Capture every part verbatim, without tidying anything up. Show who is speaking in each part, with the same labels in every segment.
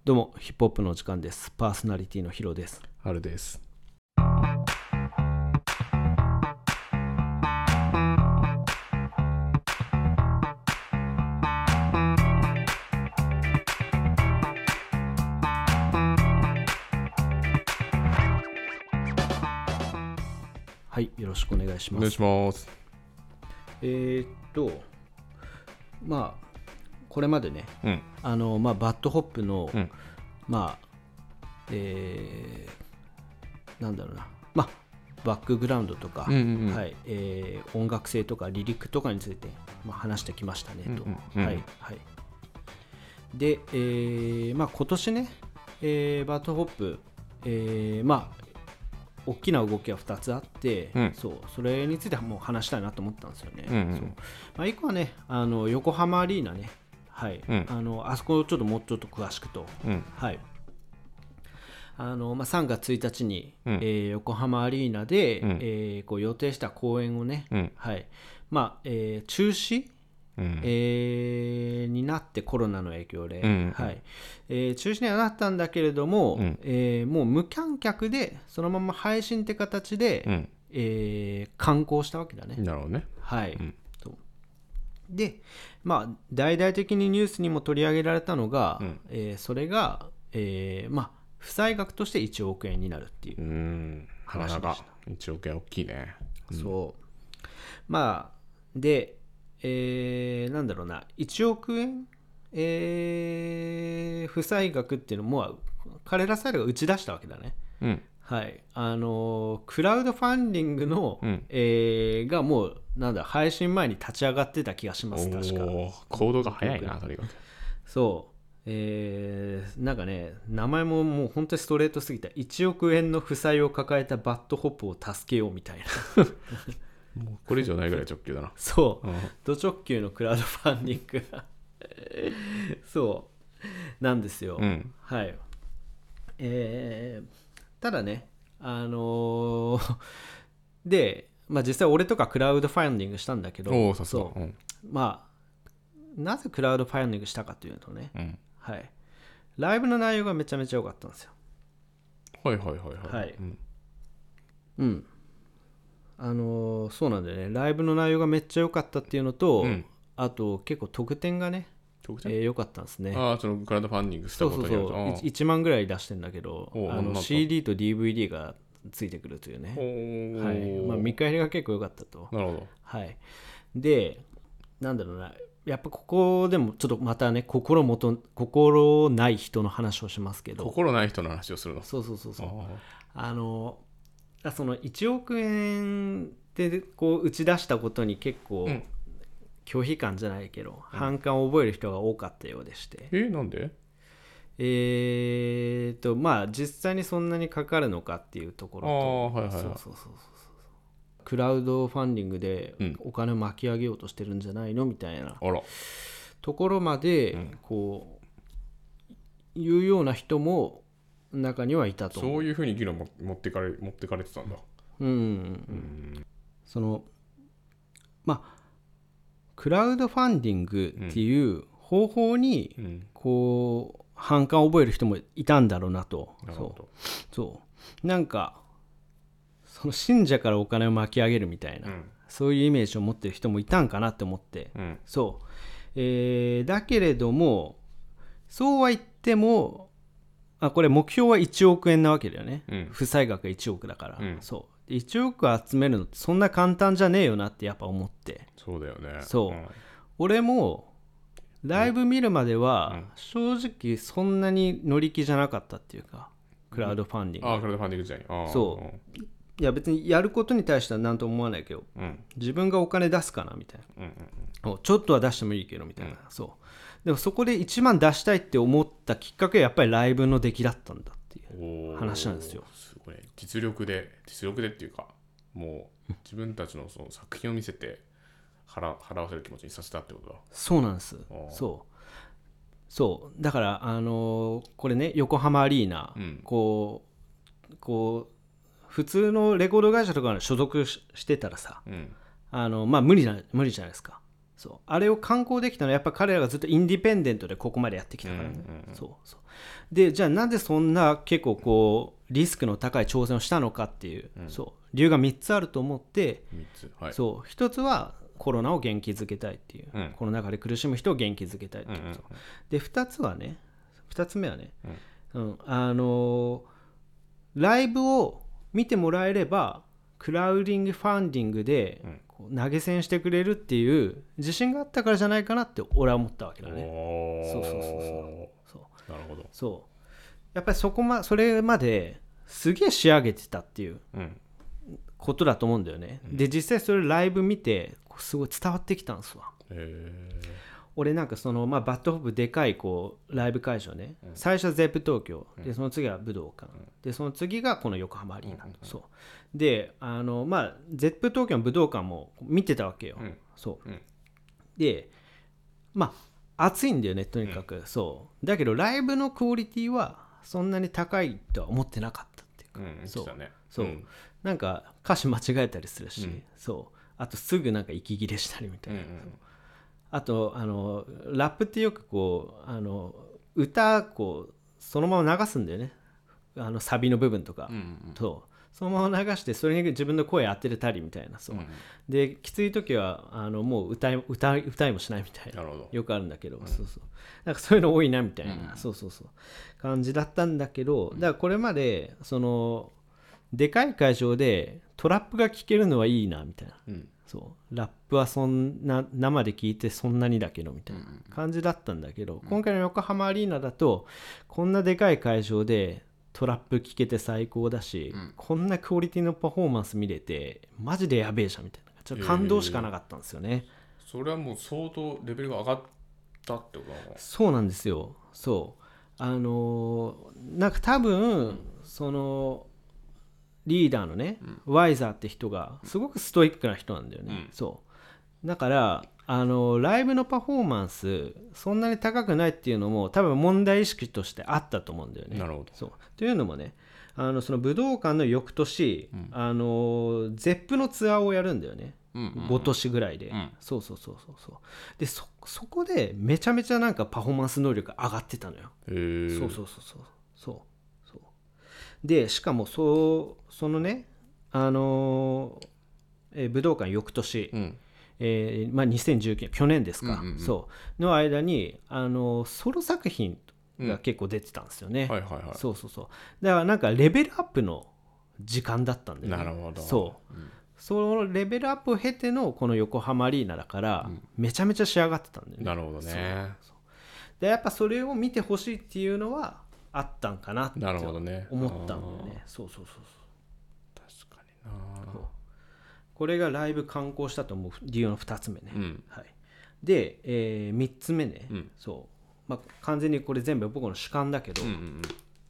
Speaker 1: どうもヒップホップの時間です。パーソナリティのヒロです。
Speaker 2: あるです。
Speaker 1: はい、よろしくお願いします。
Speaker 2: お願いします。
Speaker 1: えーっとまあこれまでね、
Speaker 2: うん、
Speaker 1: あのまあバッドホップの、
Speaker 2: うん、
Speaker 1: まあえー、なんだろうな、まあバックグラウンドとか、
Speaker 2: うんうんうん、
Speaker 1: はいえー、音楽性とかリリックとかについて、まあ、話してきましたねと、
Speaker 2: うんうんうん、
Speaker 1: はいはい。で、えーまあ、今年ね、えー、バッドホップ、えー、まあ大きな動きがふたつあって、
Speaker 2: うん、
Speaker 1: そうそれについてはもう話したいなと思ったんですよね。
Speaker 2: うんうん、
Speaker 1: そうまあ、いっこはね、あの横浜アリーナね、はい
Speaker 2: うん、
Speaker 1: あのあそこをちょっともうちょっと詳しくと、
Speaker 2: うん
Speaker 1: はいあのまあ、さんがつついたちに、
Speaker 2: うん
Speaker 1: えー、横浜アリーナで、
Speaker 2: うん
Speaker 1: えー、こう予定した公演をね、
Speaker 2: うん
Speaker 1: はいまあえー、中止、
Speaker 2: うん
Speaker 1: えー、になってコロナの影響で、
Speaker 2: うんうん、
Speaker 1: はいえー、中止にはなったんだけれども、
Speaker 2: うん
Speaker 1: えー、もう無観客でそのまま配信って形で、
Speaker 2: うん、
Speaker 1: えー、観光したわけだね。
Speaker 2: なるほどね。
Speaker 1: はい、
Speaker 2: うん、
Speaker 1: そうでまあ大々的にニュースにも取り上げられたのが、
Speaker 2: うん
Speaker 1: えー、それが、えー、まあ負債額としていちおくえんになるっていう
Speaker 2: うーん、なかなかいちおくえん大きいね。
Speaker 1: うん、そうまあで、えー、なんだろうな、いちおくえん、えー、負債額っていうのも彼らサイドが打ち出したわけだね。
Speaker 2: うん、
Speaker 1: はいあのクラウドファンディングの、
Speaker 2: うん
Speaker 1: えー、がもうなんだ配信前に立ち上がってた気がします。確か
Speaker 2: おー、行動が早いな、とにかく。
Speaker 1: そうえー、なんかね名前ももう本当にストレートすぎた。いちおくえんの負債を抱えたバッドホップを助けようみたいな
Speaker 2: もうこれ以上ないぐらい直球だな。
Speaker 1: そう、
Speaker 2: うん、
Speaker 1: ド直球のクラウドファンディングがそうなんですよ、
Speaker 2: うん、
Speaker 1: はいえー、ただねあのー、で、まあ、実際俺とかクラウドファンディングしたんだけど、
Speaker 2: おー、さすが。
Speaker 1: そう、
Speaker 2: うん、
Speaker 1: まあなぜクラウドファンディングしたかというとね、
Speaker 2: うん、
Speaker 1: はい、ライブの内容がめちゃめちゃ良かったんですよ。
Speaker 2: はいはいはいはい。
Speaker 1: はい
Speaker 2: うん、
Speaker 1: うんあのーそうなんだよね。ライブの内容がめっちゃ良かったっていうのと、
Speaker 2: うん、
Speaker 1: あと結構特典がね
Speaker 2: 特典、
Speaker 1: えー、良かったんですね。
Speaker 2: ああ、そのクラウドファンディングしたことによると。
Speaker 1: そうそうそういちまんぐらい出してんだけど、あの
Speaker 2: おうなんと
Speaker 1: シーディー と ディーブイディー がついてくるというね。
Speaker 2: おー、
Speaker 1: はいまあ、見返りが結構良かったと。
Speaker 2: なるほど。
Speaker 1: はい、でなんだろうな、やっぱここでもちょっとまたね心もと心ない人の話をしますけど、
Speaker 2: 心ない人の話をするの。
Speaker 1: そうそうそうそう
Speaker 2: あ
Speaker 1: あのそのいちおくえんでこう打ち出したことに結構、
Speaker 2: うん
Speaker 1: 拒否感じゃないけど、うん、反感を覚える人が多かったようでして。
Speaker 2: えなんで
Speaker 1: えーとまあ実際にそんなにかかるのかっていうところと、
Speaker 2: あ、はいはいはい、
Speaker 1: そうそうそうそうクラウドファンディングでお金を巻き上げようとしてるんじゃないのみたいなところまでこういうような人も中にはいたと思う。
Speaker 2: そういうふうに議論も持ってかれ持ってかれてたんだ。
Speaker 1: うん、うん、そのまあクラウドファンディングっていう方法にこう反感を覚える人もいたんだろうなと。
Speaker 2: なるほど。
Speaker 1: そうそうなんかその信者からお金を巻き上げるみたいな、うん、そういうイメージを持ってる人もいたんかなって思って、うん、そう、えー、だけれどもそうは言ってもあこれ目標はいちおくえんなわけだよね、うん、負債額がいちおくだから、うん、そういちおく集めるのってそんな簡単じゃねえよなってやっぱ思って。
Speaker 2: そうだよね。
Speaker 1: そう、うん、俺もライブ見るまでは正直そんなに乗り気じゃなかったっていうか、クラウドファンディング、
Speaker 2: うん、あクラウドファンディング時代にあ
Speaker 1: そう、うん、いや別にやることに対しては何とも思わないけど、うん、自分がお金出すかなみたいな、うんうんうん、ちょっとは出してもいいけどみたいな、うん、そうでもそこでいちまん出したいって思ったきっかけはやっぱりライブの出来だったんだっていう話なんですよ。
Speaker 2: すごい実力で実力でっていうかもう自分たちのその作品を見せて 払, 払わせる気持ちにさせたってことだ。
Speaker 1: そうなんです。そうそうだからあのー、これね横浜アリーナ、うん、こうこう普通のレコード会社とかに所属 し, してたらさ、うん、あのまあ無理な無理じゃないですか。 そうあれを観光できたのはやっぱ彼らがずっとインディペンデントでここまでやってきたからね、うんうんうん、そうそうでじゃあなんでそんな結構こうリスクの高い挑戦をしたのかっていう、うん、そう理由がみっつあると思って、
Speaker 2: みっつ、はい、
Speaker 1: そうひとつはコロナを元気づけたいっていう、うん、コロナ禍で苦しむ人を元気づけたいっていう、うんうんうん、でふたつはねふたつめはね、うんうん、あのー、ライブを見てもらえればクラウディングファンディングで、うん投げ銭してくれるっていう自信があったからじゃないかなって俺は思ったわけだね。そうそうそうそうそうなるほど。そうやっぱりそこまそれまですげえ仕上げてたっていうことだと思うんだよね、うん、で実際それライブ見てすごい伝わってきたんですわ。へ俺なんかその、まあ、バッドホップでかいこうライブ会場ね、うん、最初はゼップ東京でその次は武道館、うん、でその次がこの横浜アリーナ、うんうんうん、そうであのまあゼップ東京の武道館も見てたわけよ、うん、そう、うん、でまあ暑いんだよねとにかく、うん、そうだけどライブのクオリティはそんなに高いとは思ってなかったっていうか、うん、そう、ね、そう、うん、なんか歌詞間違えたりするし、うん、そうあとすぐなんか息切れしたりみたいな、うんうん、あとあのラップってよくこうあの歌こうそのまま流すんだよねあのサビの部分とか、うんうん、とそのまま流してそれに自分の声当てれたりみたいなそう、うん、できつい時はあのもう歌い、歌い、歌いもしないみたいなよくあるんだけど、うん、そうそうなんかそういうの多いなみたいな、うん、そうそうそう感じだったんだけど、だからこれまでそのでかい会場でトラップが聴けるのはいいなみたいな、うん、そうラップはそんな生で聴いてそんなにだけどみたいな感じだったんだけど、うん、今回の横浜アリーナだとこんなでかい会場でトラップ聴けて最高だし、うん、こんなクオリティのパフォーマンス見れてマジでやべえじゃんみたいなちょっと感動しかなかったんですよね、
Speaker 2: えー、それはもう相当レベルが上がったってことなの？
Speaker 1: そうなんですよ。そうあのー、なんか多分、うん、そのリーダーのね、うん、ワイザーって人がすごくストイックな人なんだよね、うん、そうだからあのライブのパフォーマンスそんなに高くないっていうのも多分問題意識としてあったと思うんだよね。
Speaker 2: なるほど。
Speaker 1: そうというのもねあのその武道館の翌年、うん、あのゼップのツアーをやるんだよね、うんうんうん、ご年ぐらいで、うん、そうそうそうそうそうで そ, そこでめちゃめちゃなんかパフォーマンス能力上がってたのよ。へーそうそうそうそうそうそうでしかもそうそのねあの、えー、武道館翌年、うんえーまあ、にせんじゅうきゅうねん去年ですか、うんうんうん、そうの間にあのソロ作品が結構出てたんですよね、うんはいはいはい、そうそうそうだからなんかレベルアップの時間だったんだよね。
Speaker 2: なるほど。
Speaker 1: そう、うん、そのレベルアップを経てのこの横浜アリーナだから、うん、めちゃめちゃ仕上がってたんだよね。
Speaker 2: なるほどね。そう
Speaker 1: そうでやっぱそれを見てほしいっていうのはあったんかなって思ったんだよね。そうそうそうそう
Speaker 2: 確かにな。
Speaker 1: これがライブ観光したと思う理由のふたつめね、うんはい、で、えー、みっつめね、うん、そう、まあ、完全にこれ全部僕の主観だけど、うんうんうん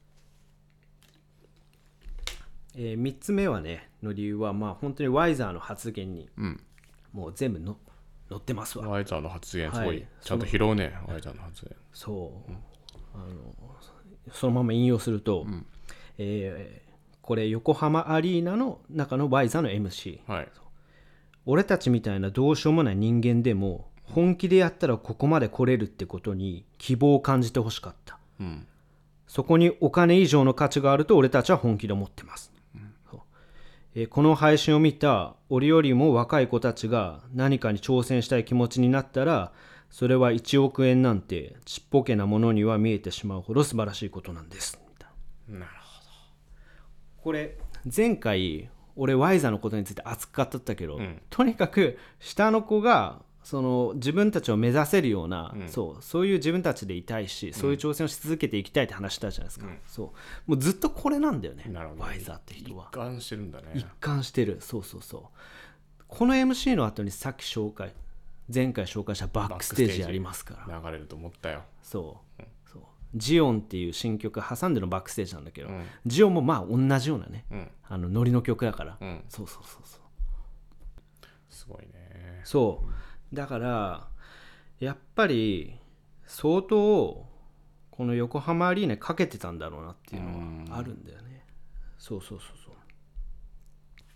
Speaker 1: えー、みっつめはねの理由はまあ本当にワイザーの発言にもう全部の載ってますわ。
Speaker 2: ワイザーの発言すごい、はい、ちゃんと拾うねワイザーの発言。
Speaker 1: そう、うん、あのそのまま引用すると、うんえー、これ横浜アリーナの中のワイザーの エムシー、はい、俺たちみたいなどうしようもない人間でも本気でやったらここまで来れるってことに希望を感じてほしかった、うん、そこにお金以上の価値があると俺たちは本気で思ってます、うんそうえー、この配信を見た俺よりも若い子たちが何かに挑戦したい気持ちになったらそれはいちおくえんなんてちっぽけなものには見えてしまうほど素晴らしいことなんです。
Speaker 2: なるほど。
Speaker 1: これ前回俺ワイザーのことについて熱く語ったけど、うん、とにかく下の子がその自分たちを目指せるような、うん、そうそういう自分たちでいたいし、うん、そういう挑戦をし続けていきたいって話したじゃないですか、うん、そうもうずっとこれなんだよね。ワイザーって人は
Speaker 2: 一貫してるんだね。
Speaker 1: 一貫してる。そうそうそうこの エムシー の後にさっき紹介前回紹介したバックステージありますから。
Speaker 2: 流れると思ったよ。
Speaker 1: そう、うん、そうジオンっていう新曲挟んでのバックステージなんだけど、うん、ジオンもまあ同じようなね、うん、あのノリの曲だから、うん、そうそうそうそう
Speaker 2: すごいね。
Speaker 1: そうだからやっぱり相当この横浜アリーナかけてたんだろうなっていうのはあるんだよね。そうそうそうそう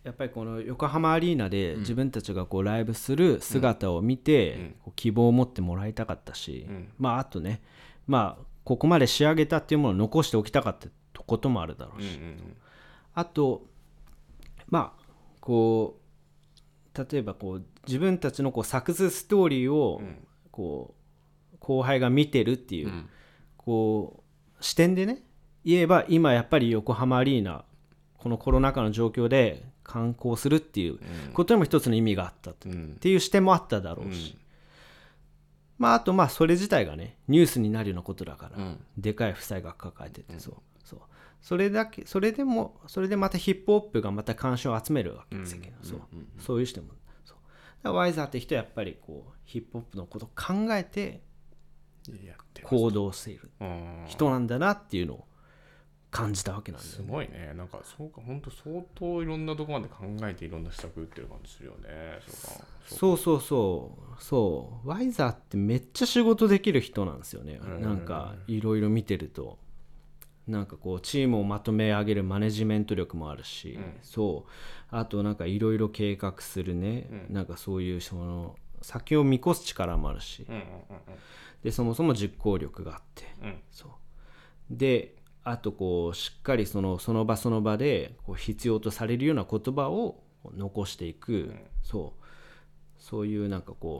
Speaker 1: やっぱりこの横浜アリーナで自分たちがこうライブする姿を見てこう希望を持ってもらいたかったし、まああとね、まあここまで仕上げたっていうものを残しておきたかったこともあるだろうし、あとまあこう例えばこう自分たちのこうサクセスストーリーをこう後輩が見てるっていうこう視点でね言えば、今やっぱり横浜アリーナこのコロナ禍の状況で観光するっていうことにも一つの意味があったっていう視点もあっただろうし、まああとまあそれ自体がねニュースになるようなことだから、でかい負債が抱えてて、そうそうそれだけそれでもそれでまたヒップホップがまた関心を集めるわけですけど、そうそういう人もそう。だからワイザーって人はやっぱりこうヒップホップのことを考えて行動している人なんだなっていうのを感じたわけなんだよね。
Speaker 2: すごいね。なんかそうか、本当相当いろんなところまで考えていろんな施策打ってる感じするよね。
Speaker 1: そうそうそうそうワイザーってめっちゃ仕事できる人なんですよね。なんかいろいろ見てるとなんかこうチームをまとめ上げるマネジメント力もあるし、うん、そうあとなんかいろいろ計画するね、うん、なんかそういうその先を見越す力もあるし、うんうんうんうん、でそもそも実行力があって、うん、そうであとこうしっかりそのその場その場でこう必要とされるような言葉を残していく、うん、そうそういうなんかこ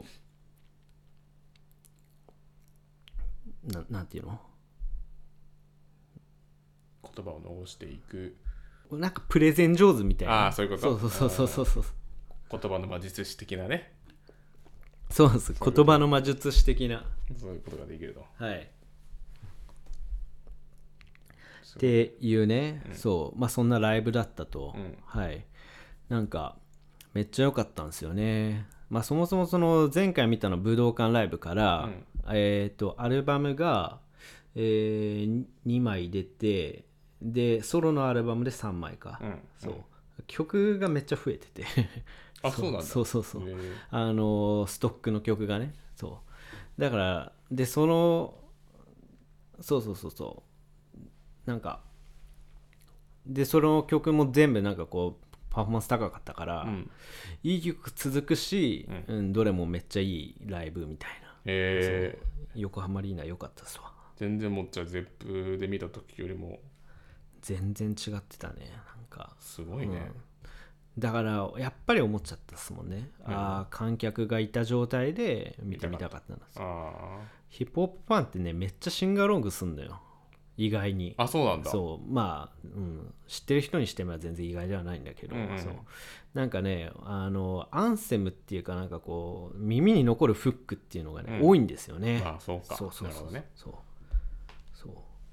Speaker 1: う な, なんていうの
Speaker 2: 言葉を残していく
Speaker 1: なんかプレゼン上手みたいな。
Speaker 2: ああそういうこと。
Speaker 1: そうそうそうそうそう
Speaker 2: 言葉の魔術師的なね。
Speaker 1: そうです。言葉の魔術師的な
Speaker 2: そういうことができると。
Speaker 1: はいっていうね、うん、そうまあそんなライブだったと、うん、はいなんかめっちゃ良かったんですよね。まあそもそもその前回見たの武道館ライブから、うん、えっとアルバムが、えー、にまい出てでソロのアルバムでさんまいか、うん、そう、うん、曲がめっちゃ増えてて
Speaker 2: あそうなんだ。
Speaker 1: そうそうそうあのストックの曲がねそうだからでそのそうそうそうそうなんかでその曲も全部なんかこうパフォーマンス高かったから、うん、いい曲続くし、うんうん、どれもめっちゃいいライブみたいな、
Speaker 2: え
Speaker 1: ー、横浜アリーナ良かったですわ。
Speaker 2: 全然もっちゃゼップで見た時よりも
Speaker 1: 全然違ってたね。なんか
Speaker 2: すごいね、
Speaker 1: うん、だからやっぱり思っちゃったですもんね、うん、ああ観客がいた状態で見てみたかったんですよ。ヒップホップファンってねめっちゃシンガーロングすんだよ意外に。
Speaker 2: あそうなんだ。
Speaker 1: そうまあ、うん、知ってる人にしても全然意外ではないんだけど、うんうん、そうなんかねあのアンセムっていうかなんかこう耳に残るフックっていうのがね、うん、多いんですよね。
Speaker 2: あそうか
Speaker 1: そうそうそうそう、
Speaker 2: ね、
Speaker 1: そうそう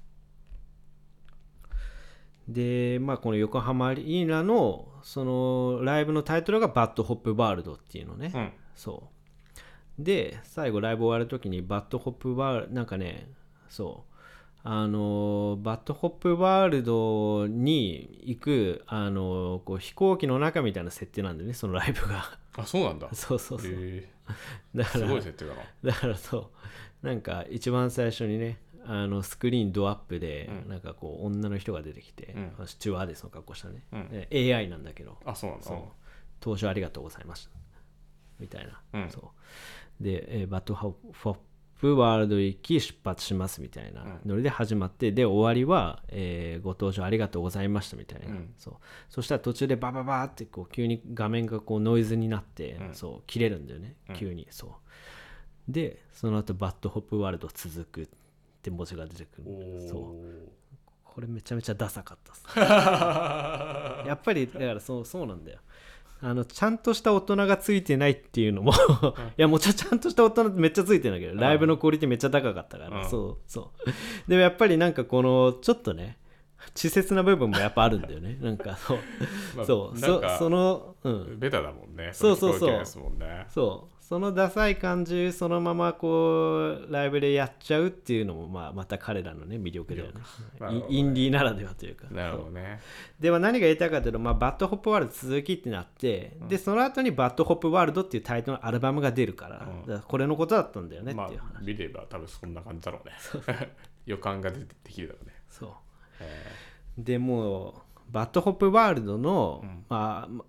Speaker 1: でまあこの横浜アリーナのそのライブのタイトルがバッドホップワールドっていうのね、うん、そうで最後ライブ終わるときにバッドホップワールドなんかねそうあのバッドホップワールドに行くあのこう飛行機の中みたいな設定なんだよねそのライブが。
Speaker 2: あそうなんだ。
Speaker 1: そうそうそう、
Speaker 2: え
Speaker 1: ー、だから
Speaker 2: すごい設定だな。
Speaker 1: だからそうなんか一番最初にねあのスクリーンドアップで、うん、なんかこう女の人が出てきて、うん、スチュワーデスの格好したね、うん、エーアイ なんだけど
Speaker 2: あそうなんだ。そう
Speaker 1: 登場ありがとうございましたみたいな、うん、そうで、えー、バッドホップワールド行き出発しますみたいなノリで始まって、うん、で終わりは、えー、ご搭乗ありがとうございましたみたいな、うん、そうそしたら途中でバババーってこう急に画面がこうノイズになって、うん、そう切れるんだよね急に、うん、そうでその後バッドホップワールド続くって文字が出てくる。そうこれめちゃめちゃダサかったっすやっぱりだからそうそうなんだよあのちゃんとした大人がついてないっていうのもいやもうちゃちゃんとした大人めっちゃついてるんだけどライブのクオリティめっちゃ高かったから、うん、そうそうでもやっぱりなんかこのちょっとね稚拙な部分もやっぱあるんだよねなんかそう、まあ、そうそその、うん、
Speaker 2: ベタだもんね。
Speaker 1: そうそうそう
Speaker 2: そもんね、
Speaker 1: そうそのダサい感じそのままこうライブでやっちゃうっていうのも、まあ、また彼らのね魅力だよね。ねインディーならではというか。
Speaker 2: なるほどね。
Speaker 1: では何が言いたいかというと、まあ、バッドホップワールド続きってなって、うん、でその後にバッドホップワールドっていうタイトルのアルバムが出るから、うん、だからこれのことだったんだよねっていう話。
Speaker 2: まあ、見れば多分そんな感じだろうね。予感ができるだろうね。
Speaker 1: そうでもうバッドホップワールドの、うんまあ、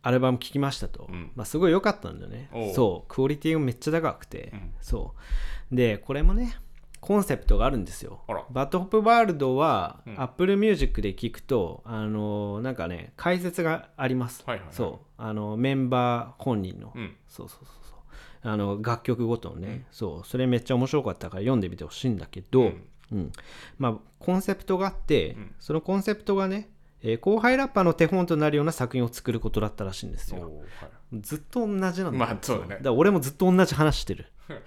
Speaker 1: アルバム聴きましたと、
Speaker 2: うん
Speaker 1: まあ、すごい良かったんだよね。そうクオリティがめっちゃ高くて、
Speaker 2: うん、
Speaker 1: そうでこれもねコンセプトがあるんですよ。バッドホップワールドは、うん、Apple Music で聴くとあのなんかね解説があります、
Speaker 2: はいはいはい、
Speaker 1: そうあのメンバー本人の、
Speaker 2: うん、
Speaker 1: そうそうそうそうあの楽曲ごとのね、うん、そうそれめっちゃ面白かったから読んでみてほしいんだけど、うんうん、まあコンセプトがあって、うん、そのコンセプトがね、えー、後輩ラッパーの手本となるような作品を作ることだったらしいんですよ、はい、ずっと同じなんだよ、
Speaker 2: まあそうだね、
Speaker 1: だから俺もずっと同じ話してる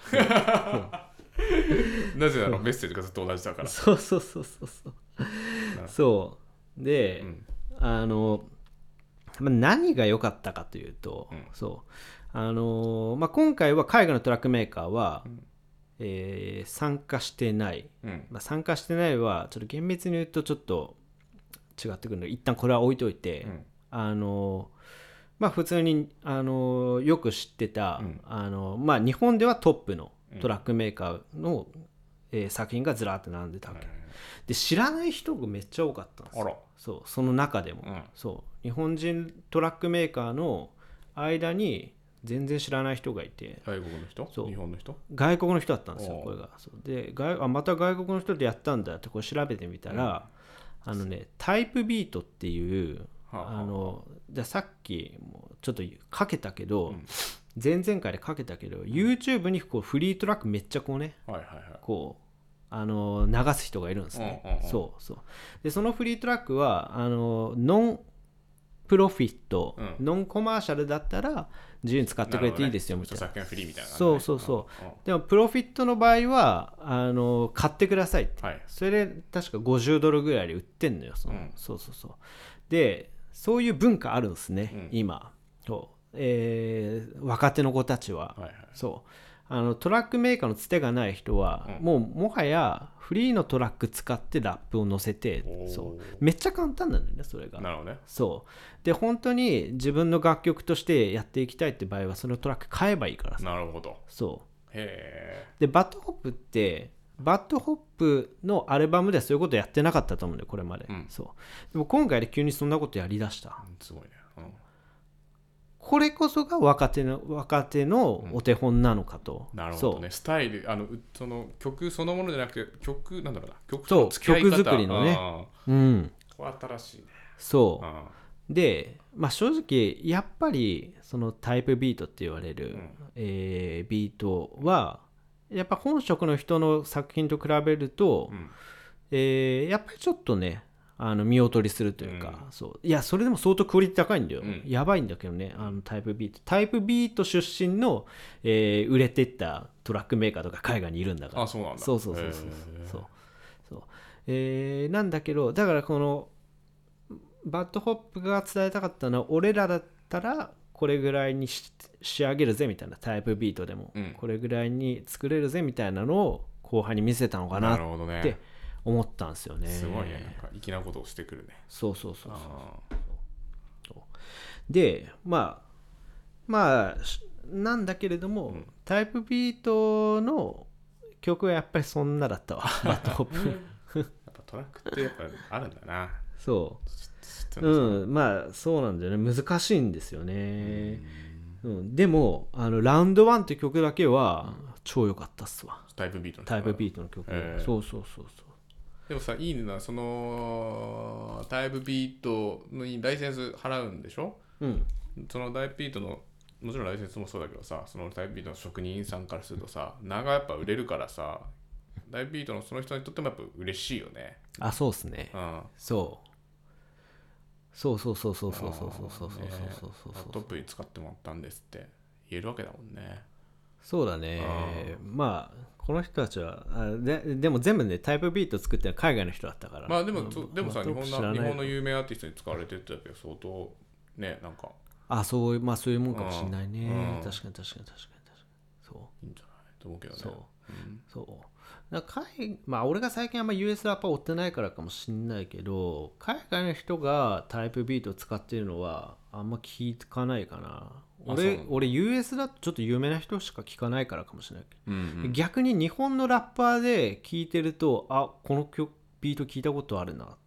Speaker 2: なぜならメッセージがずっと同じだから
Speaker 1: そうそうそうそうそうそうで、うん、あの、まあ、何が良かったかというと、うん、そうあの、まあ、今回は海外のトラックメーカーは、うんえー、参加してない、うんまあ、参加してないはちょっと厳密に言うとちょっと違ってくるので一旦これは置いといて、うん、あのまあ普通にあのよく知ってた、うんあのまあ、日本ではトップのトラックメーカーの、うんえー、作品がずらっと並んでたわけ、うん、で知らない人がめっちゃ多かったんですよ。そうその中でも、うん、そう日本人トラックメーカーの間に全然知らない人がいて、
Speaker 2: 外国の人？そう日本の人？
Speaker 1: 外国の人だったんですよこれが。そうで外あまた外国の人でやったんだってこれ調べてみたら、うん、あのねタイプビートっていう、はあはあ、あのじゃさっきもちょっとかけたけど、うん、前々回でかけたけど、うん、YouTube にこうフリートラックめっちゃこうね、はいはいはい、こうあの流す人がいるんですね、うんうんうん、そうそうでそのフリートラックはあのノンプロフィット、うん、ノンコマーシャルだったら自由に使ってくれていいですよみたいな、
Speaker 2: ね、フリーみたいな、ね、
Speaker 1: そうそうそう、うんうん、でもプロフィットの場合はあの買ってくださいって、はい、それで確かごじゅうドルぐらいで売ってんのよその、うん、そうそうそうでそういう文化あるんですね、うん、今そう、えー、若手の子たちは、はいはい、そうあのトラックメーカーのつてがない人は、うん、もうもはやフリーのトラック使ってラップを載せてそうめっちゃ簡単なんだよねそれが。
Speaker 2: なるほどね。
Speaker 1: そうで本当に自分の楽曲としてやっていきたいって場合はそのトラック買えばいいからさ。
Speaker 2: なるほど。
Speaker 1: そう
Speaker 2: へ
Speaker 1: でバッドホップってバッドホップのアルバムではそういうことやってなかったと思うんだよこれまで、うん、そうでも今回で急にそんなことやりだした、
Speaker 2: うん、すごいね、うん
Speaker 1: これこそが若手の若手のお手本なのかと、
Speaker 2: うん、なるほどね。スタイルあのその曲そのものじゃなくて曲なんだろうな曲
Speaker 1: と付き合い方曲作りのねうん
Speaker 2: 新しいね
Speaker 1: そうでまあ正直やっぱりそのタイプビートって言われる、うんえー、ビートはやっぱ本職の人の作品と比べると、うんえー、やっぱりちょっとねあの見劣りするというか、うん、そういやそれでも相当クオリティ高いんだよ、うん、やばいんだけどねあのタイプビートタイプビート出身の、えー、売れてったトラックメーカーとか海外にいるんだから。
Speaker 2: あそうなんだ。
Speaker 1: そうそうそうそうそうそう、えー、なんだけどだからこのバッドホップが伝えたかったのは俺らだったらこれぐらいにし仕上げるぜみたいなタイプビートでも、うん、これぐらいに作れるぜみたいなのを後輩に見せたのかなって
Speaker 2: なるほどね
Speaker 1: 思ったんですよね。
Speaker 2: すごいねなんか粋なことをしてくるね。
Speaker 1: そうそうそうそうそうでまあまあなんだけれども、うん、タイプビートの曲はやっぱりそんなだったわバッドホップ
Speaker 2: やっぱトラックってやっぱあるんだな。
Speaker 1: そううんまあそうなんだよね難しいんですよね。うん、うん、でもあのラウンドワンって曲だけは超良かったっすわ。
Speaker 2: タイプビートの曲。
Speaker 1: タイプビートの曲、えー、そうそうそうそう
Speaker 2: でもさいいなそのタイプビートにライセンス払うんでしょ、うん、そのタイプビートのもちろんライセンスもそうだけどさそのタイプビートの職人さんからするとさ名がやっぱ売れるからさタイプビートのその人にとってもやっぱ嬉しいよね。
Speaker 1: あそうっすね、うん、そうそうそうそうそうそうそうそうそうそうそうそうそう
Speaker 2: トップに使ってもらったんですって言えるわけだもんね。
Speaker 1: そうだね、まあこの人たちはあ で, でも全部ねタイプビート作ってるのは海外の人だったから
Speaker 2: まあでも、まあ、でもさ、まあ、日本の日本の有名アーティストに使われてるってだけど相当ねなんか
Speaker 1: あそうまあそういうもんかもしれないね、うん、確かに確かに確かに確かに
Speaker 2: そういいんじゃないと思うけどね。
Speaker 1: そう、うん、そうだから海まあ俺が最近あんま ユーエス ラッパー追ってないからかもしれないけど海外の人がタイプビートを使ってるのはあんま聞かないかな。俺, 俺 ユーエス だとちょっと有名な人しか聞かないからかもしれないけど、うんうん、逆に日本のラッパーで聞いてるとあこの曲ビート聞いたことあるなっ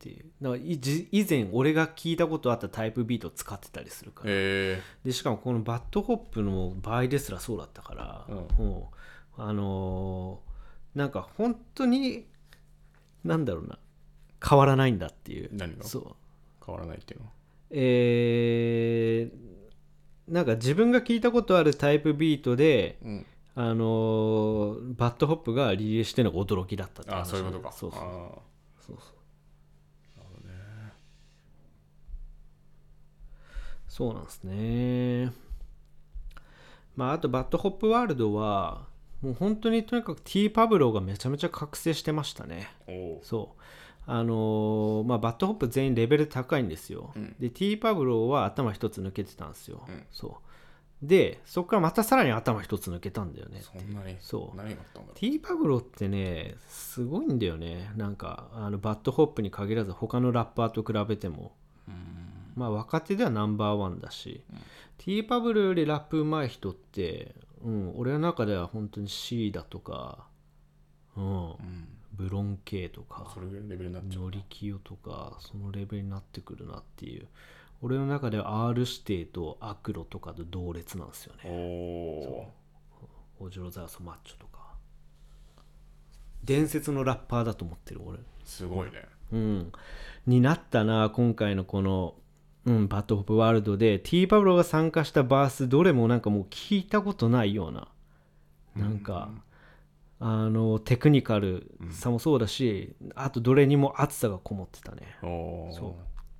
Speaker 1: っていう。だから以前俺が聞いたことあったタイプビートを使ってたりするから、
Speaker 2: え
Speaker 1: ー、でしかもこのバッドホップの場合ですらそうだったから、うん、もうあのー、なんか本当になんだろうな、変わらないんだっていう。
Speaker 2: 何が
Speaker 1: そう
Speaker 2: 変わらないっていうのは、
Speaker 1: えー、なんか自分が聞いたことあるタイプビートで、うん、あのー、バッドホップがリリースしてるのが驚きだったって話。
Speaker 2: あ、そういうことか。
Speaker 1: そうそう
Speaker 2: あ、
Speaker 1: そうそう、なるほどね。そうなんですね。まああとバッドホップワールドはもう本当にとにかく T パブロがめちゃめちゃ覚醒してましたね。そうあのー、まあバッドホップ全員レベル高いんですよ、うん、で T パブロは頭一つ抜けてたんですよ、うん、そうでそこからまたさらに頭一つ抜けたんだよね。
Speaker 2: そんなに
Speaker 1: そう
Speaker 2: 何があったんだろう。
Speaker 1: T パブロってねすごいんだよね。なんかあのバッドホップに限らず他のラッパーと比べても、うん、まあ若手ではナンバーワンだし、うん、T パブロよりラップ上手い人って、うん、俺の中では本当に C だとか、うん、うん、ブロン系とか
Speaker 2: それぐらいのレベルになっちゃう、
Speaker 1: ノリキヨとかそのレベルになってくるなっていう。俺の中では R 指定とアクロとかと同列なんですよね。おオジロザーソマッチョとか伝説のラッパーだと思ってる俺。
Speaker 2: すごいね。
Speaker 1: うんになったな今回のこの、うん、バッドホップワールドで T パブロが参加したバースどれもなんかもう聞いたことないようななんか、うん、あのテクニカルさもそうだし、うん、あとどれにも熱さがこもってたね。おそう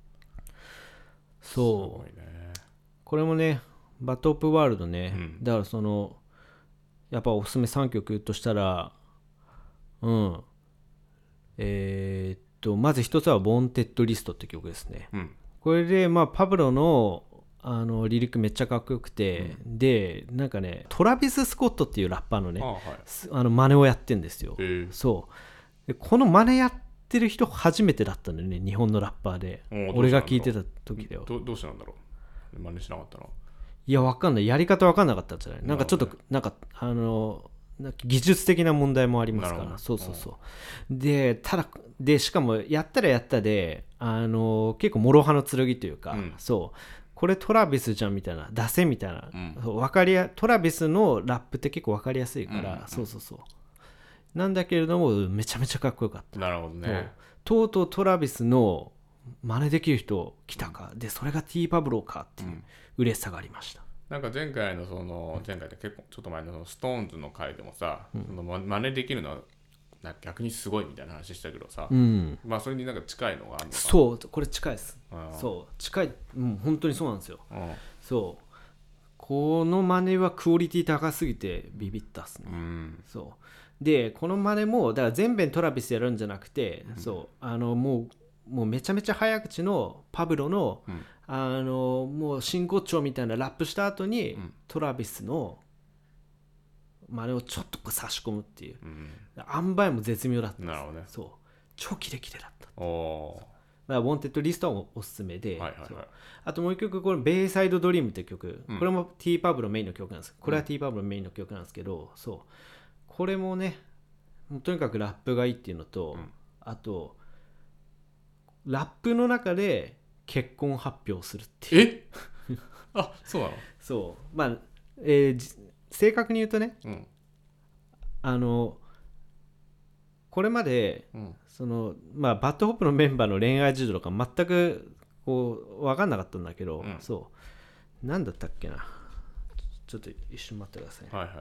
Speaker 1: そう、ね、これもねバッドホップワールドね、うん、だからそのやっぱおすすめさんきょくとしたらうんえー、っとまず一つはウォンテッドリストって曲ですね、うん、これでまあパブロのあのリリックめっちゃかっこよくて、うん、でなんかねトラビス・スコットっていうラッパーのねあ、はい、あの真似をやってんですよ。そうでこの真似やってる人初めてだったんだよね日本のラッパーで。俺が聞いてた時では
Speaker 2: ど, どうしてなんだろう真似しなかったの。
Speaker 1: いやわかんないやり方わかんなかったんじゃない。なんかちょっとなんかあのなんか技術的な問題もありますから。そうそうそうでただでしかもやったらやったであの結構諸刃の剣というか、うん、そうこれトラビスじゃんみたいな出せみたいな、うん、そう分かりやトラビスのラップって結構分かりやすいから、うんうん、そうそうそうなんだけれどもめちゃめちゃかっこよかった。
Speaker 2: なるほどね。
Speaker 1: とうとうトラビスの真似できる人来たか、うん、でそれが T パブロかっていう嬉しさがありました。
Speaker 2: なんか前回のその前回で結構ちょっと前のストーンズの回でもさ、うん、その真似できるのは逆にすごいみたいな話したけどさ、うん、まあそれになんか近いのがあるのかな。
Speaker 1: そうこれ近いです。そう近い、うん、本当にそうなんですよ。そうこの真似はクオリティ高すぎてビビったっすね、うん、そうでこの真似もだから全編トラビスやるんじゃなくて、うん、そうあのもうもうめちゃめちゃ早口のパブロの、うん、あのもう真骨頂みたいなラップした後に、うん、トラビスの真似をちょっと差し込むっていう、うん、塩梅も絶妙だったんです。なるほどね。そう超キレキレだった。おだからウォンテッドリストはおすすめで、はいはいはい、あともう一曲これベイサイドドリームって曲、うん、これも T パブロメインの曲なんです。これは T パブロメインの曲なんですけど、そうこれもねもうとにかくラップがいいっていうのと、うん、あとラップの中で結婚発表するっていう。
Speaker 2: えあそうなの。
Speaker 1: そうまあ、えー、正確に言うとね、うん、あのこれまで、うん、そのまあバッドホップのメンバーの恋愛事情とか全くこう分かんなかったんだけど、うん、そうなんだったっけなちょっと一瞬待ってください、ね。はいはいはい。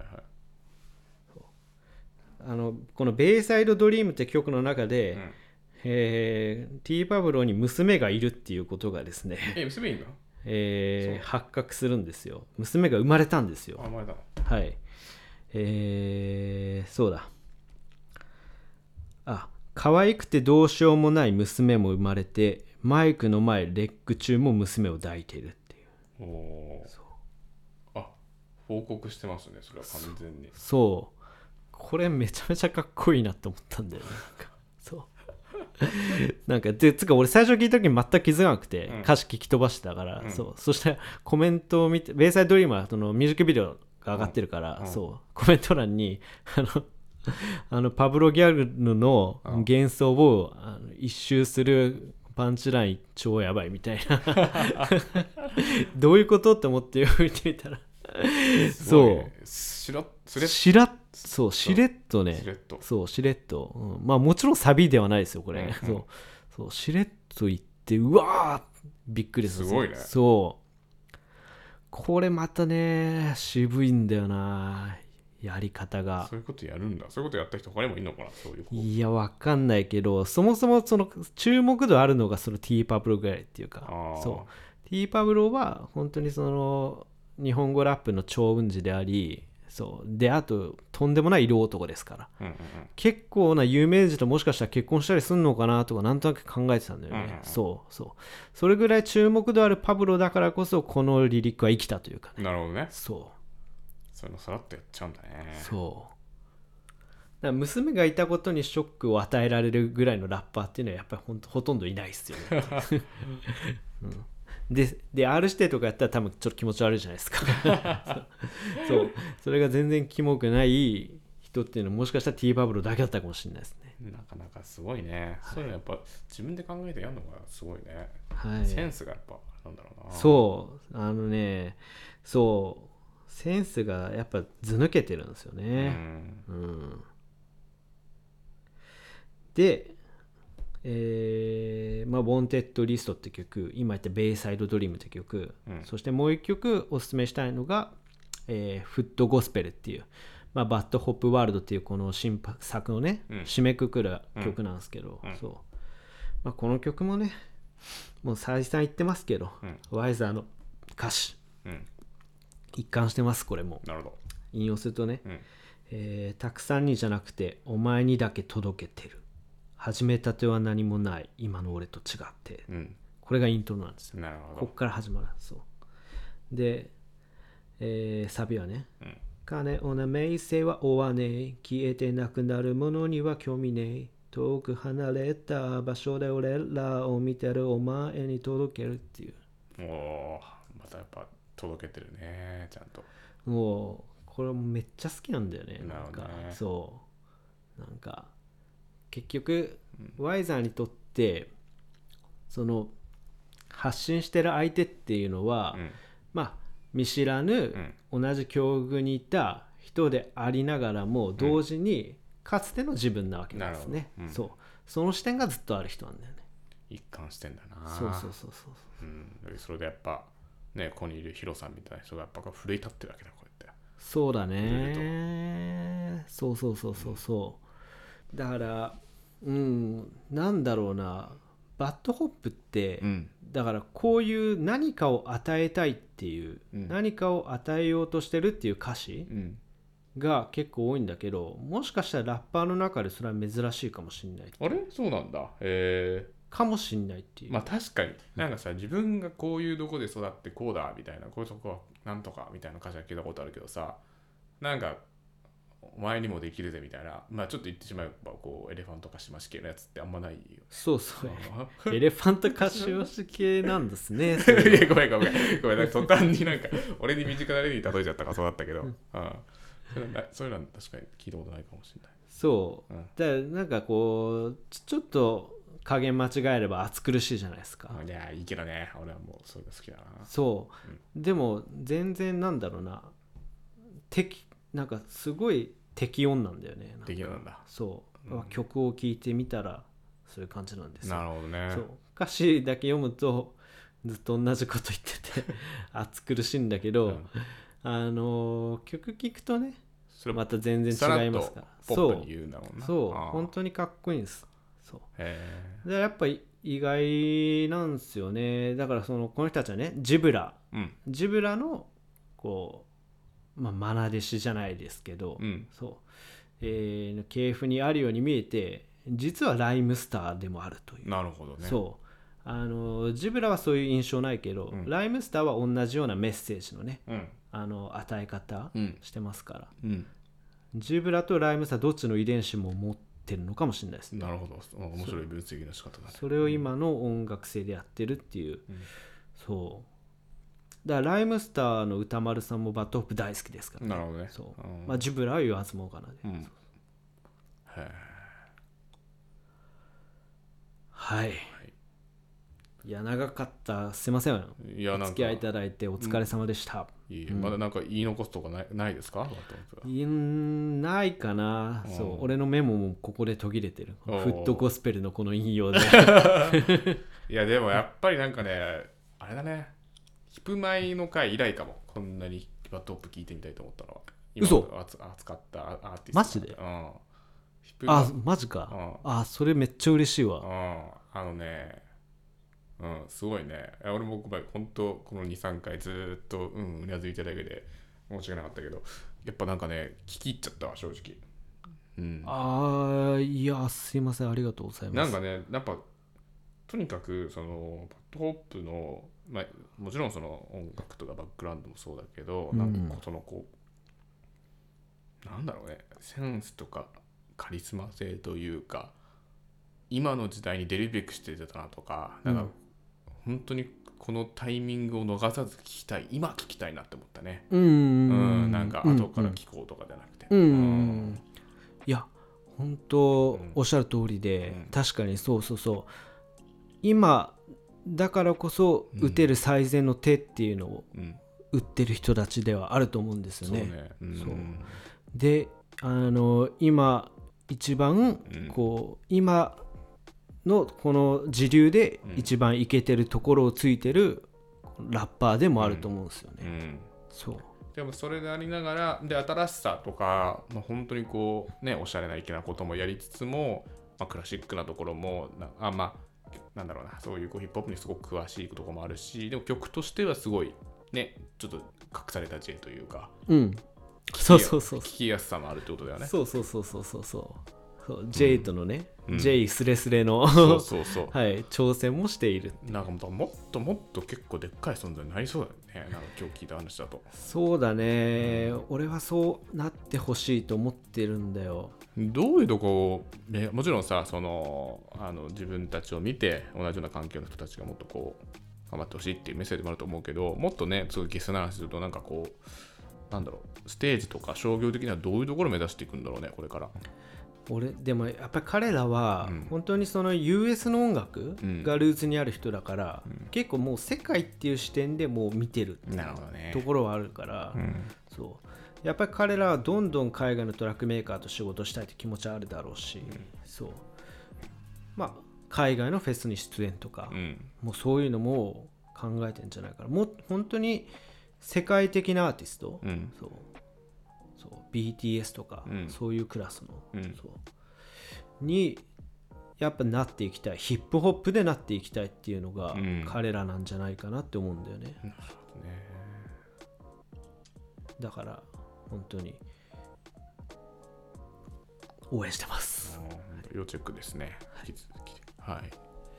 Speaker 1: あのこのベイサイドドリームって曲の中で、うんえー、T パブロに娘がいるっていうことがですね
Speaker 2: え娘いいの、
Speaker 1: えー、発覚するんですよ。娘が生まれたんですよ。
Speaker 2: あ生まれたの。
Speaker 1: はいえー、そうだあ可愛くてどうしようもない娘も生まれてマイクの前レック中も娘を抱いているっていう。お
Speaker 2: そうあ報告してますねそれは完全に。
Speaker 1: そうこれめちゃめちゃかっこいいなって思ったんだよね。そうなんかでつか俺最初聞いた時に全く気づかなくて、うん、歌詞聞き飛ばしてたから、うん、そうそしてコメントを見てベイサイドドリームはそのミュージックビデオが上がってるから、うん、そうコメント欄にあのあのパブロ・ギャルヌの幻想をあの一周するパンチライン超やばいみたいなどういうことって思って見てみたらそう
Speaker 2: しらしれっ
Speaker 1: しらそうしれっとね
Speaker 2: しれっと
Speaker 1: そうしれっと、うん、まあもちろんサビではないですよこれ、うんうん、そうそうしれっと言ってうわーびっくりする
Speaker 2: すごいね
Speaker 1: そうこれまたね渋いんだよなやり方が
Speaker 2: そういうことやるんだそういうことやった人他にもいるのかなそういう
Speaker 1: いやわかんないけどそもそもその注目度あるのがその T パブロぐらいっていうかそう T パブロは本当にその日本語ラップの超雲児でありそうであととんでもない色男ですから、うんうんうん、結構な有名人ともしかしたら結婚したりするのかなとかなんとなく考えてたんだよね、うんうんうん、そうそうそれぐらい注目度あるパブロだからこそこのリリックは生きたというかね
Speaker 2: なるほどね
Speaker 1: そう
Speaker 2: そういうのさらっとやっちゃうんだね
Speaker 1: そうだから娘がいたことにショックを与えられるぐらいのラッパーっていうのはやっぱりほんとほとんどいないっすよね、うん、で, で R 指定とかやったら多分ちょっと気持ち悪いじゃないですかそうそれが全然キモくない人っていうのはもしかしたら T パブロだけだったかもしれないですね
Speaker 2: なかなかすごいね、はい、そういうのやっぱ自分で考えてやるのがすごいね、
Speaker 1: はい、
Speaker 2: センスがやっぱなんだろうな
Speaker 1: そうあのねそうセンスがやっぱず抜けてるんですよね、うんうん、でえーまあ、ウォンテッドリストって曲今言ったベイサイドドリームって曲、うん、そしてもう一曲おすすめしたいのが、えー、フットゴスペルっていう、まあ、バッドホップワールドっていうこの新作のね、うん、締めくくる曲なんですけど、うんそうまあ、この曲もねもう再三言ってますけど、うん、ワイザーの歌詞、うん、一貫してますこれも
Speaker 2: なるほど
Speaker 1: 引用するとね、うんえー、たくさんにじゃなくてお前にだけ届けてる始めたては何もない今の俺と違って、うん、これがイントロなんですよ。
Speaker 2: なるほど
Speaker 1: ここから始まるそうで、えー、サビはね、うん、金をなめいせは追わねえ消えてなくなるものには興味ねえ遠く離れた場所で俺らを見てるお前に届けるっていう
Speaker 2: おおまたやっぱ届けてるねちゃんと
Speaker 1: もうこれめっちゃ好きなんだよね
Speaker 2: なるほどね
Speaker 1: なんかそうなんか結局、うん、ワイザーにとってその発信してる相手っていうのは、うん、まあ見知らぬ、うん、同じ境遇にいた人でありながらも同時に、かつての自分なわけなんですね、うん、そうその視点がずっとある人なんだよね
Speaker 2: 一貫してんだな
Speaker 1: そうそうそうそうそう、
Speaker 2: うん、それでやっぱねここにいるヒロさんみたいな人がやっぱ奮い立ってるわけだこうやって
Speaker 1: そうだねそうそうそうそうそう、うん、だからうんなんだろうなバッドホップって、うん、だからこういう何かを与えたいっていう、うん、何かを与えようとしてるっていう歌詞、うん、が結構多いんだけどもしかしたらラッパーの中でそれは珍しいかもしれない
Speaker 2: あれそうなんだへえ
Speaker 1: かもしんないっていう
Speaker 2: まあ確かになんかさ自分がこういうとこで育ってこうだみたいなこういうとこはなんとかみたいな歌詞は聞いたことあるけどさなんかお前にもできるぜみたいなまあちょっと言ってしまえばこうエレファントカシマシ系のやつってあんまないよ
Speaker 1: そうそうエレファントカシマシ系なんですね
Speaker 2: それいやごめんごめんごめんなんか途端になんか俺に身近な例に例えちゃったからそうだったけど、うん、そういうのは確かに聞いたことないかもしれない
Speaker 1: そう、うん、だからなんかこうちょっと加減間違えれば暑苦しいじゃないですか
Speaker 2: いやいいけどね俺はもうそういうの好きだな
Speaker 1: そう、うん、でも全然なんだろうな適なんかすごい適音なんだよね
Speaker 2: 適音なんだ
Speaker 1: そう、うん、曲を聴いてみたらそういう感じなんですよ
Speaker 2: なるほどね
Speaker 1: そう歌詞だけ読むとずっと同じこと言ってて暑苦しいんだけど、うん、あの曲聴くとねまた全然違いますから
Speaker 2: ポップに言うんだもんな
Speaker 1: そうそう本当にかっこいいんですそうへでやっぱり意外なんですよねだからそのこの人たちはねジブラ、うん、ジブラのこうまあ、マナ弟子じゃないですけど、うん、そう、えー、系譜にあるように見えて実はライムスターでもあるという
Speaker 2: なるほどね
Speaker 1: そうあのジブラはそういう印象ないけど、うん、ライムスターは同じようなメッセージのね、うん、あの与え方してますから、うん、ジブラとライムスターどっちの遺伝子も持ってるのかもしれないですね
Speaker 2: なるほど面白い分析の仕方だね
Speaker 1: それを今の音楽性でやってるっていう、そうだからライムスターの歌丸さんもバッドホップ大好きですから、ね、
Speaker 2: なるほどね
Speaker 1: そう、まあ、ジブラは言わずもがなで、うん、 はい、はい、いや長かった、すいません、いや、お付き合いいただいてお疲れ様でした、
Speaker 2: うん、いい、うん、まだなんか言い残すとかない、ないですか？
Speaker 1: いないかな、うん、そう俺のメモもここで途切れてる、フットゴスペルのこの引用で
Speaker 2: いやでもやっぱりなんかねあれだね、ヒプマイの回以来かも、こんなにバッドホップ聞いてみたいと思ったのは。
Speaker 1: 嘘
Speaker 2: 扱ったアーティスト
Speaker 1: マジで、
Speaker 2: うん、
Speaker 1: あマジか、うん、あそれめっちゃ嬉しいわ、
Speaker 2: うん、あのねうんすごいね、俺も本当この にさんかいずっとうんうなずいてただけで申し訳なかったけど、やっぱなんかね聞き入っちゃったわ正直、
Speaker 1: うん、ああいやすいませんありがとうございます。
Speaker 2: なんかねやっぱとにかくそのバッドホップの、まあ、もちろんその音楽とかバックグラウンドもそうだけど、うん、なんかそのこうなんだろうね、センスとかカリスマ性というか今の時代に出るべくしてたなとか、なんか本当にこのタイミングを逃さず聞きたい、今聞きたいなって思ったね。うん、うん、なんか後から聞こうとかじゃなくて、
Speaker 1: うんうんうん、いや本当おっしゃる通りで、うん、確かにそうそうそう今だからこそ打てる最善の手っていうのを打ってる人たちではあると思うんですよね。そうね、うん、そうであの今一番こう、うん、今のこの時流で一番イケてるところをついてるラッパーでもあると思うんですよね、うんうん、そう
Speaker 2: でもそれでありながらで新しさとか、まあ、本当にこうねおしゃれな粋なこともやりつつも、まあ、クラシックなところもなあまあなんだろうな、そういうこうヒップホップにすごく詳しいところもあるし、でも曲としてはすごいねちょっと隠された J というか、
Speaker 1: うんそうそうそう
Speaker 2: 聞きやすさもあるってことだよね。
Speaker 1: そうそうそうそうそうそう J とのね、うん、J スレスレの
Speaker 2: そうそうそう
Speaker 1: はい、挑戦もしている。
Speaker 2: なんかもっともっと結構でっかい存在になりそうだよね、なんか今日聞いた話だと。
Speaker 1: そうだね、うん、俺はそうなってほしいと思ってるんだよ。
Speaker 2: どういうとこ、ね、もちろんさそのあの自分たちを見て同じような環境の人たちがもっとこう頑張ってほしいっていうメッセージもあると思うけど、もっとねすごいゲスな話するとなんかこうなんだろうステージとか商業的にはどういうところを目指していくんだろうねこれから。
Speaker 1: 俺でもやっぱり彼らは本当にその ユーエス の音楽がルーツにある人だから、うん、結構もう世界っていう視点でもう見てるところはあるから、うん、そうやっぱり彼らはどんどん海外のトラックメーカーと仕事したいって気持ちはあるだろうし、うん、そうまあ海外のフェスに出演とか、うん、もうそういうのも考えてるんじゃないかな。もう本当に世界的なアーティスト、うん、そうそう ビーティーエス とか、うん、そういうクラスの、うん、そうにやっぱなっていきたい、ヒップホップでなっていきたいっていうのが彼らなんじゃないかなって思うんだよね、うん、なるほどね。だから本当に応援してます。
Speaker 2: 要チェックですね、はい、はい、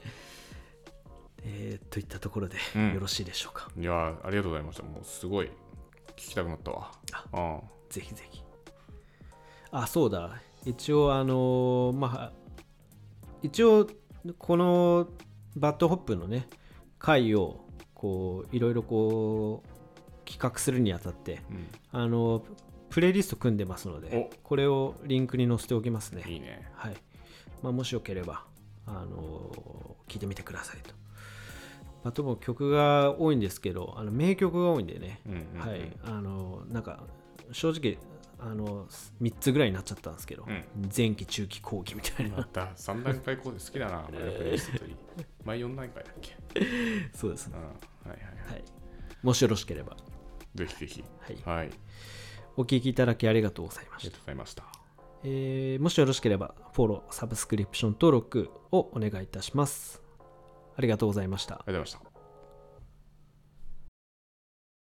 Speaker 1: えー、といったところでよろしいでしょうか、
Speaker 2: うん、いやありがとうございました。もうすごい聞きたくなったわ。
Speaker 1: ああぜひぜひ。あそうだ一応あのー、まあ一応このバッドホップのね回をこういろいろこう企画するにあたって、うん、あのプレイリスト組んでますのでこれをリンクに載せておきますね。
Speaker 2: いいね、
Speaker 1: はい、まあ、もしよければあの聞いてみてくださいと。バッドホップ曲が多いんですけどあの名曲が多いんでね、うんうんうん、はい、あのなんか正直あのみっつぐらいになっちゃったんですけど、うん、前期中期後期みたいな。
Speaker 2: またさん段階コード好きだなプレイリストに前よん段階だっけ
Speaker 1: そうですね、
Speaker 2: うん、はいはいはい、
Speaker 1: もしよろしければ
Speaker 2: ぜひぜひ、
Speaker 1: はいはい、お聞きいただきありがとうございました。あ
Speaker 2: りがとうございました。
Speaker 1: えー、もしよろしければフォローサブスクリプション登録をお願いいたします。ありがとうございました。
Speaker 2: ありがとうございました。